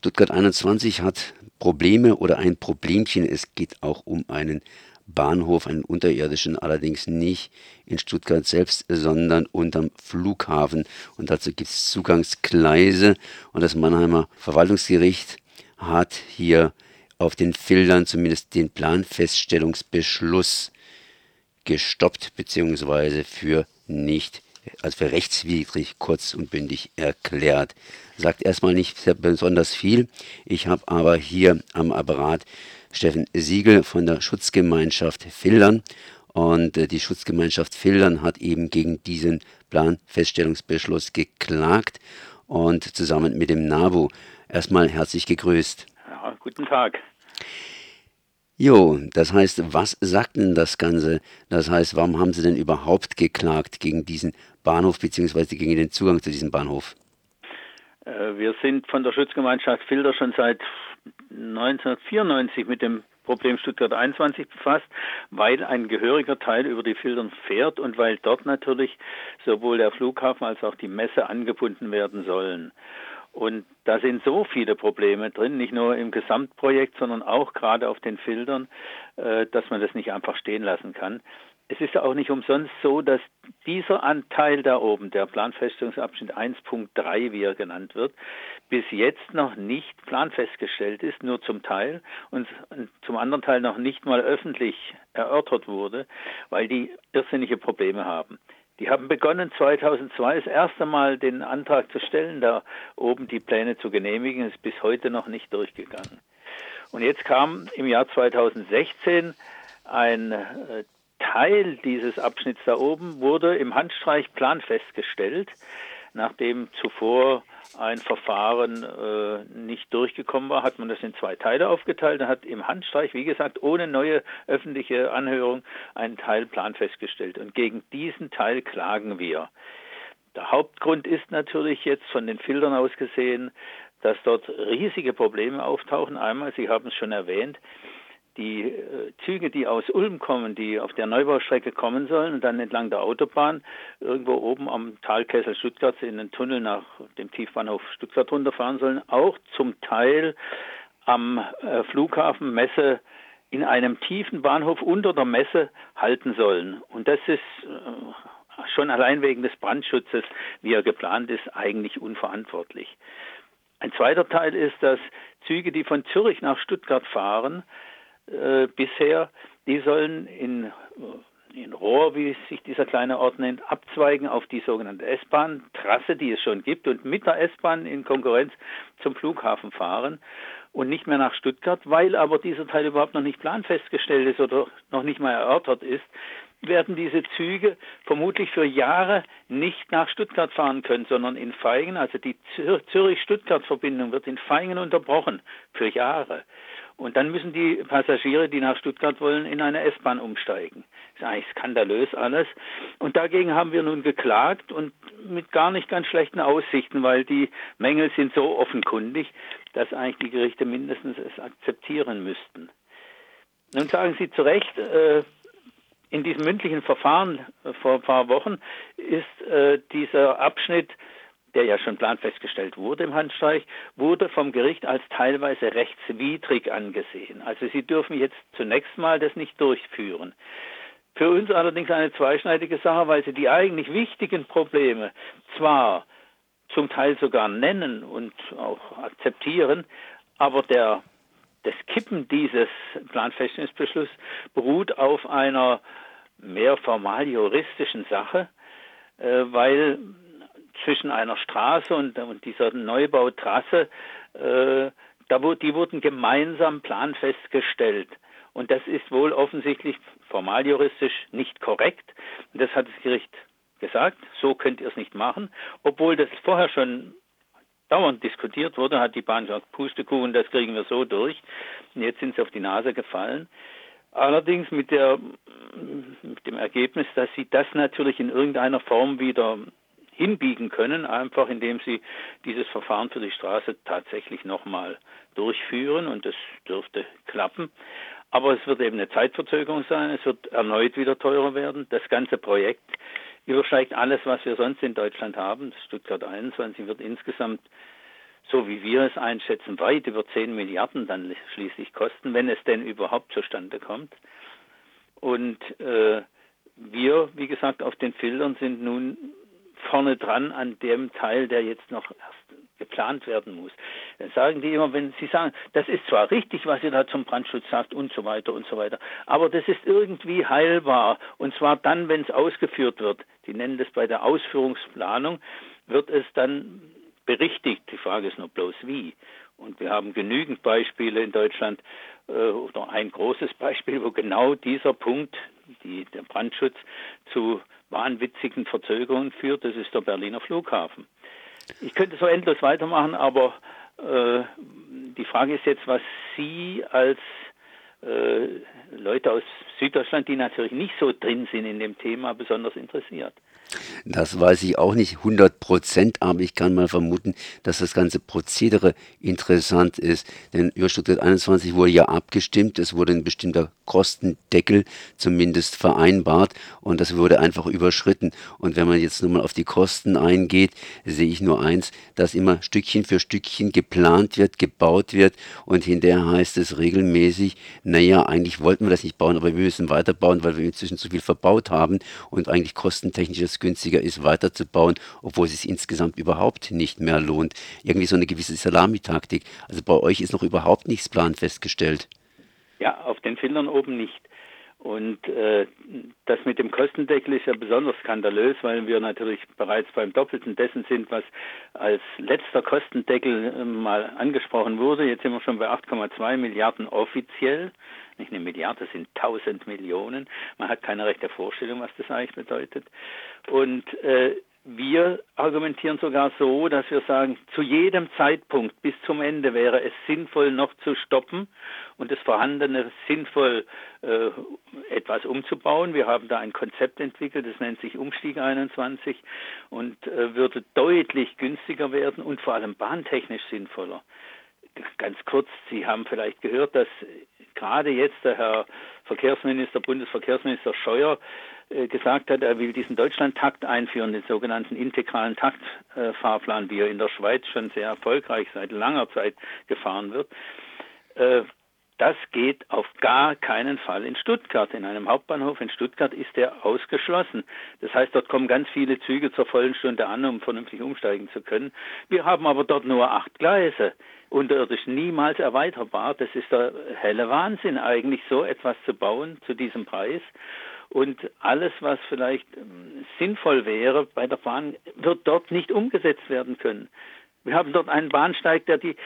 Stuttgart 21 hat Probleme oder ein Problemchen. Es geht auch um einen Bahnhof, einen unterirdischen, allerdings nicht in Stuttgart selbst, sondern unterm Flughafen. Und dazu gibt es Zugangsgleise. Und das Mannheimer Verwaltungsgericht hat hier auf den Fildern zumindest den Planfeststellungsbeschluss gestoppt bzw. für nicht, also für rechtswidrig kurz und bündig erklärt. Sagt erstmal nicht sehr besonders viel. Ich habe aber hier am Apparat Steffen Siegel von der Schutzgemeinschaft Fildern. Und die Schutzgemeinschaft Fildern hat eben gegen diesen Planfeststellungsbeschluss geklagt und zusammen mit dem NABU. Erstmal herzlich gegrüßt. Ja, guten Tag. Jo, das heißt, was sagt denn das Ganze? Das heißt, warum haben Sie denn überhaupt geklagt gegen diesen Bahnhof beziehungsweise gegen den Zugang zu diesem Bahnhof? Wir sind von der Schutzgemeinschaft Filder schon seit 1994 mit dem Problem Stuttgart 21 befasst, weil ein gehöriger Teil über die Fildern fährt und weil dort natürlich sowohl der Flughafen als auch die Messe angebunden werden sollen. Und da sind so viele Probleme drin, nicht nur im Gesamtprojekt, sondern auch gerade auf den Filtern, dass man das nicht einfach stehen lassen kann. Es ist ja auch nicht umsonst so, dass dieser Anteil da oben, der Planfeststellungsabschnitt 1.3, wie er genannt wird, bis jetzt noch nicht planfestgestellt ist, nur zum Teil und zum anderen Teil noch nicht mal öffentlich erörtert wurde, weil die irrsinnige Probleme haben. Die haben begonnen 2002 das erste Mal den Antrag zu stellen, da oben die Pläne zu genehmigen, ist bis heute noch nicht durchgegangen. Und jetzt kam im Jahr 2016 ein Teil dieses Abschnitts da oben, wurde im Handstreich planfestgestellt, nachdem zuvor ein Verfahren nicht durchgekommen war, hat man das in zwei Teile aufgeteilt und hat im Handstreich, wie gesagt, ohne neue öffentliche Anhörung einen Teil planfestgestellt. Und gegen diesen Teil klagen wir. Der Hauptgrund ist natürlich jetzt von den Filtern aus gesehen, dass dort riesige Probleme auftauchen. Einmal, Sie haben es schon erwähnt, die Züge, die aus Ulm kommen, die auf der Neubaustrecke kommen sollen und dann entlang der Autobahn irgendwo oben am Talkessel Stuttgart in den Tunnel nach dem Tiefbahnhof Stuttgart runterfahren sollen, auch zum Teil am Flughafen Messe in einem tiefen Bahnhof unter der Messe halten sollen. Und das ist schon allein wegen des Brandschutzes, wie er geplant ist, eigentlich unverantwortlich. Ein zweiter Teil ist, dass Züge, die von Zürich nach Stuttgart fahren, bisher, die sollen in Rohr, wie sich dieser kleine Ort nennt, abzweigen auf die sogenannte S-Bahn-Trasse, die es schon gibt, und mit der S-Bahn in Konkurrenz zum Flughafen fahren und nicht mehr nach Stuttgart, weil aber dieser Teil überhaupt noch nicht planfestgestellt ist oder noch nicht mal erörtert ist, werden diese Züge vermutlich für Jahre nicht nach Stuttgart fahren können, sondern in Vaihingen, also die Zürich-Stuttgart-Verbindung wird in Vaihingen unterbrochen für Jahre. Und dann müssen die Passagiere, die nach Stuttgart wollen, in eine S-Bahn umsteigen. Das ist eigentlich skandalös alles. Und dagegen haben wir nun geklagt und mit gar nicht ganz schlechten Aussichten, weil die Mängel sind so offenkundig, dass eigentlich die Gerichte mindestens es akzeptieren müssten. Nun sagen Sie zu Recht, in diesem mündlichen Verfahren vor ein paar Wochen ist dieser Abschnitt, der ja schon planfestgestellt wurde im Handstreich, wurde vom Gericht als teilweise rechtswidrig angesehen. Also Sie dürfen jetzt zunächst mal das nicht durchführen. Für uns allerdings eine zweischneidige Sache, weil Sie die eigentlich wichtigen Probleme zwar zum Teil sogar nennen und auch akzeptieren, aber das Kippen dieses Planfeststellungsbeschlusses beruht auf einer mehr formal juristischen Sache, weil zwischen einer Straße und dieser Neubautrasse, die wurden gemeinsam planfest gestellt. Und das ist wohl offensichtlich formal juristisch nicht korrekt. Und das hat das Gericht gesagt, so könnt ihr es nicht machen. Obwohl das vorher schon dauernd diskutiert wurde, hat die Bahn gesagt, Pustekuchen, das kriegen wir so durch. Und jetzt sind sie auf die Nase gefallen. Allerdings mit dem Ergebnis, dass sie das natürlich in irgendeiner Form wieder hinbiegen können, einfach indem sie dieses Verfahren für die Straße tatsächlich nochmal durchführen, und das dürfte klappen. Aber es wird eben eine Zeitverzögerung sein, es wird erneut wieder teurer werden. Das ganze Projekt übersteigt alles, was wir sonst in Deutschland haben. Das Stuttgart 21 wird insgesamt so wie wir es einschätzen, weit über 10 Milliarden dann schließlich kosten, wenn es denn überhaupt zustande kommt. Und wir, wie gesagt, auf den Filtern sind nun vorne dran an dem Teil, der jetzt noch erst geplant werden muss. Dann sagen die immer, wenn sie sagen, das ist zwar richtig, was ihr da zum Brandschutz sagt und so weiter, aber das ist irgendwie heilbar, und zwar dann, wenn es ausgeführt wird. Die nennen das bei der Ausführungsplanung, wird es dann berichtigt. Die Frage ist nur bloß wie. Und wir haben genügend Beispiele in Deutschland, oder ein großes Beispiel, wo genau dieser Punkt, der Brandschutz, zu wahnwitzigen Verzögerungen führt. Das ist der Berliner Flughafen. Ich könnte so endlos weitermachen, aber die Frage ist jetzt, was Sie als Leute aus Süddeutschland, die natürlich nicht so drin sind in dem Thema, besonders interessiert. Das weiß ich auch nicht 100%, aber ich kann mal vermuten, dass das ganze Prozedere interessant ist. Denn über Stuttgart 21 wurde ja abgestimmt, es wurde ein bestimmter Kostendeckel zumindest vereinbart und das wurde einfach überschritten. Und wenn man jetzt nur mal auf die Kosten eingeht, sehe ich nur eins, dass immer Stückchen für Stückchen geplant wird, gebaut wird und hinterher heißt es regelmäßig, naja, eigentlich wollten wir das nicht bauen, aber wir müssen weiterbauen, weil wir inzwischen zu viel verbaut haben und eigentlich kostentechnisch es günstiger ist, weiterzubauen, obwohl es sich insgesamt überhaupt nicht mehr lohnt. Irgendwie so eine gewisse Salamitaktik. Also bei euch ist noch überhaupt nichts planfest gestellt. Ja, auf den Filtern oben nicht. Und das mit dem Kostendeckel ist ja besonders skandalös, weil wir natürlich bereits beim Doppelten dessen sind, was als letzter Kostendeckel mal angesprochen wurde. Jetzt sind wir schon bei 8,2 Milliarden offiziell. Nicht eine Milliarde, das sind 1000 Millionen. Man hat keine rechte Vorstellung, was das eigentlich bedeutet. Und wir argumentieren sogar so, dass wir sagen, zu jedem Zeitpunkt bis zum Ende wäre es sinnvoll, noch zu stoppen und das Vorhandene sinnvoll etwas umzubauen. Wir haben da ein Konzept entwickelt, das nennt sich Umstieg 21 und würde deutlich günstiger werden und vor allem bahntechnisch sinnvoller. Ganz kurz, Sie haben vielleicht gehört, dass gerade jetzt der Herr Bundesverkehrsminister Scheuer gesagt hat, er will diesen Deutschlandtakt einführen, den sogenannten integralen Taktfahrplan, wie er in der Schweiz schon sehr erfolgreich seit langer Zeit gefahren wird. Das geht auf gar keinen Fall in Stuttgart. In einem Hauptbahnhof in Stuttgart ist der ausgeschlossen. Das heißt, dort kommen ganz viele Züge zur vollen Stunde an, um vernünftig umsteigen zu können. Wir haben aber dort nur 8 Gleise. Unterirdisch niemals erweiterbar. Das ist der helle Wahnsinn eigentlich, so etwas zu bauen zu diesem Preis. Und alles, was vielleicht sinnvoll wäre bei der Bahn, wird dort nicht umgesetzt werden können. Wir haben dort einen Bahnsteig, der die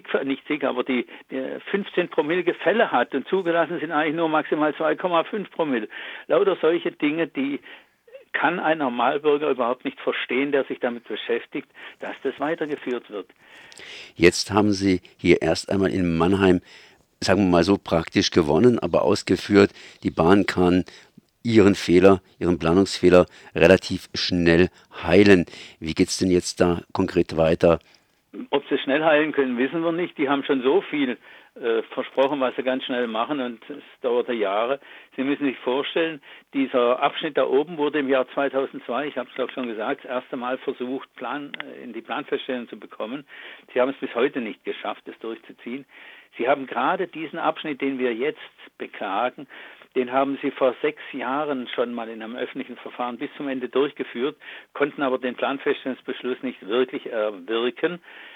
15 Promille Gefälle hat und zugelassen sind eigentlich nur maximal 2,5 Promille. Lauter solche Dinge, die kann ein Normalbürger überhaupt nicht verstehen, der sich damit beschäftigt, dass das weitergeführt wird. Jetzt haben Sie hier erst einmal in Mannheim, sagen wir mal so, praktisch gewonnen, aber ausgeführt, die Bahn kann ihren Planungsfehler relativ schnell heilen. Wie geht's denn jetzt da konkret weiter? Ob sie schnell heilen können, wissen wir nicht. Die haben schon so viel versprochen, was sie ganz schnell machen, und es dauerte Jahre. Sie müssen sich vorstellen, dieser Abschnitt da oben wurde im Jahr 2002, ich habe es glaube schon gesagt, das erste Mal versucht, in die Planfeststellung zu bekommen. Sie haben es bis heute nicht geschafft, das durchzuziehen. Sie haben gerade diesen Abschnitt, den wir jetzt beklagen, den haben sie vor 6 Jahren schon mal in einem öffentlichen Verfahren bis zum Ende durchgeführt, konnten aber den Planfeststellungsbeschluss nicht wirklich erwirken.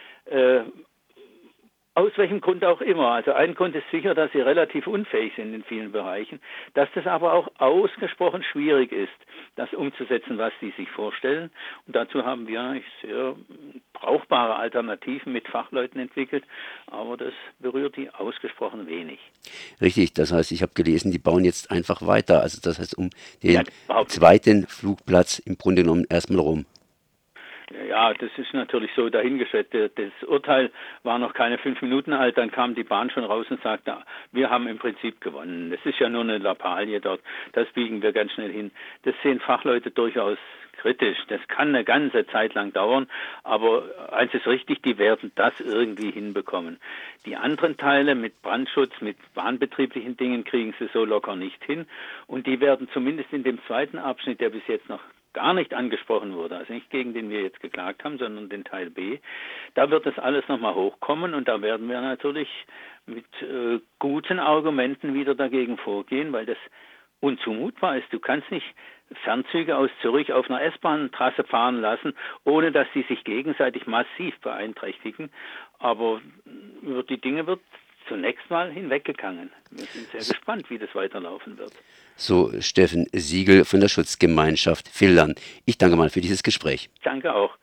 Aus welchem Grund auch immer. Also ein Grund ist sicher, dass sie relativ unfähig sind in vielen Bereichen, dass das aber auch ausgesprochen schwierig ist, das umzusetzen, was sie sich vorstellen. Und dazu haben wir sehr brauchbare Alternativen mit Fachleuten entwickelt, aber das berührt die ausgesprochen wenig. Richtig, das heißt, ich habe gelesen, die bauen jetzt einfach weiter. Also das heißt, um den zweiten Flugplatz im Grunde genommen erstmal rum. Ja, das ist natürlich so dahingestellt. Das Urteil war noch keine 5 Minuten alt, dann kam die Bahn schon raus und sagte, wir haben im Prinzip gewonnen. Das ist ja nur eine Lappalie dort, das biegen wir ganz schnell hin. Das sehen Fachleute durchaus kritisch. Das kann eine ganze Zeit lang dauern, aber eins ist richtig, die werden das irgendwie hinbekommen. Die anderen Teile mit Brandschutz, mit bahnbetrieblichen Dingen kriegen sie so locker nicht hin, und die werden zumindest in dem zweiten Abschnitt, der bis jetzt noch gar nicht angesprochen wurde, also nicht gegen den wir jetzt geklagt haben, sondern den Teil B, da wird das alles nochmal hochkommen und da werden wir natürlich mit guten Argumenten wieder dagegen vorgehen, weil das unzumutbar ist. Du kannst nicht Fernzüge aus Zürich auf einer S-Bahn-Trasse fahren lassen, ohne dass sie sich gegenseitig massiv beeinträchtigen. Aber über die Dinge wird zunächst mal hinweggegangen. Wir sind sehr gespannt, wie das weiterlaufen wird. So Steffen Siegel von der Schutzgemeinschaft Fildern. Ich danke mal für dieses Gespräch. Danke auch.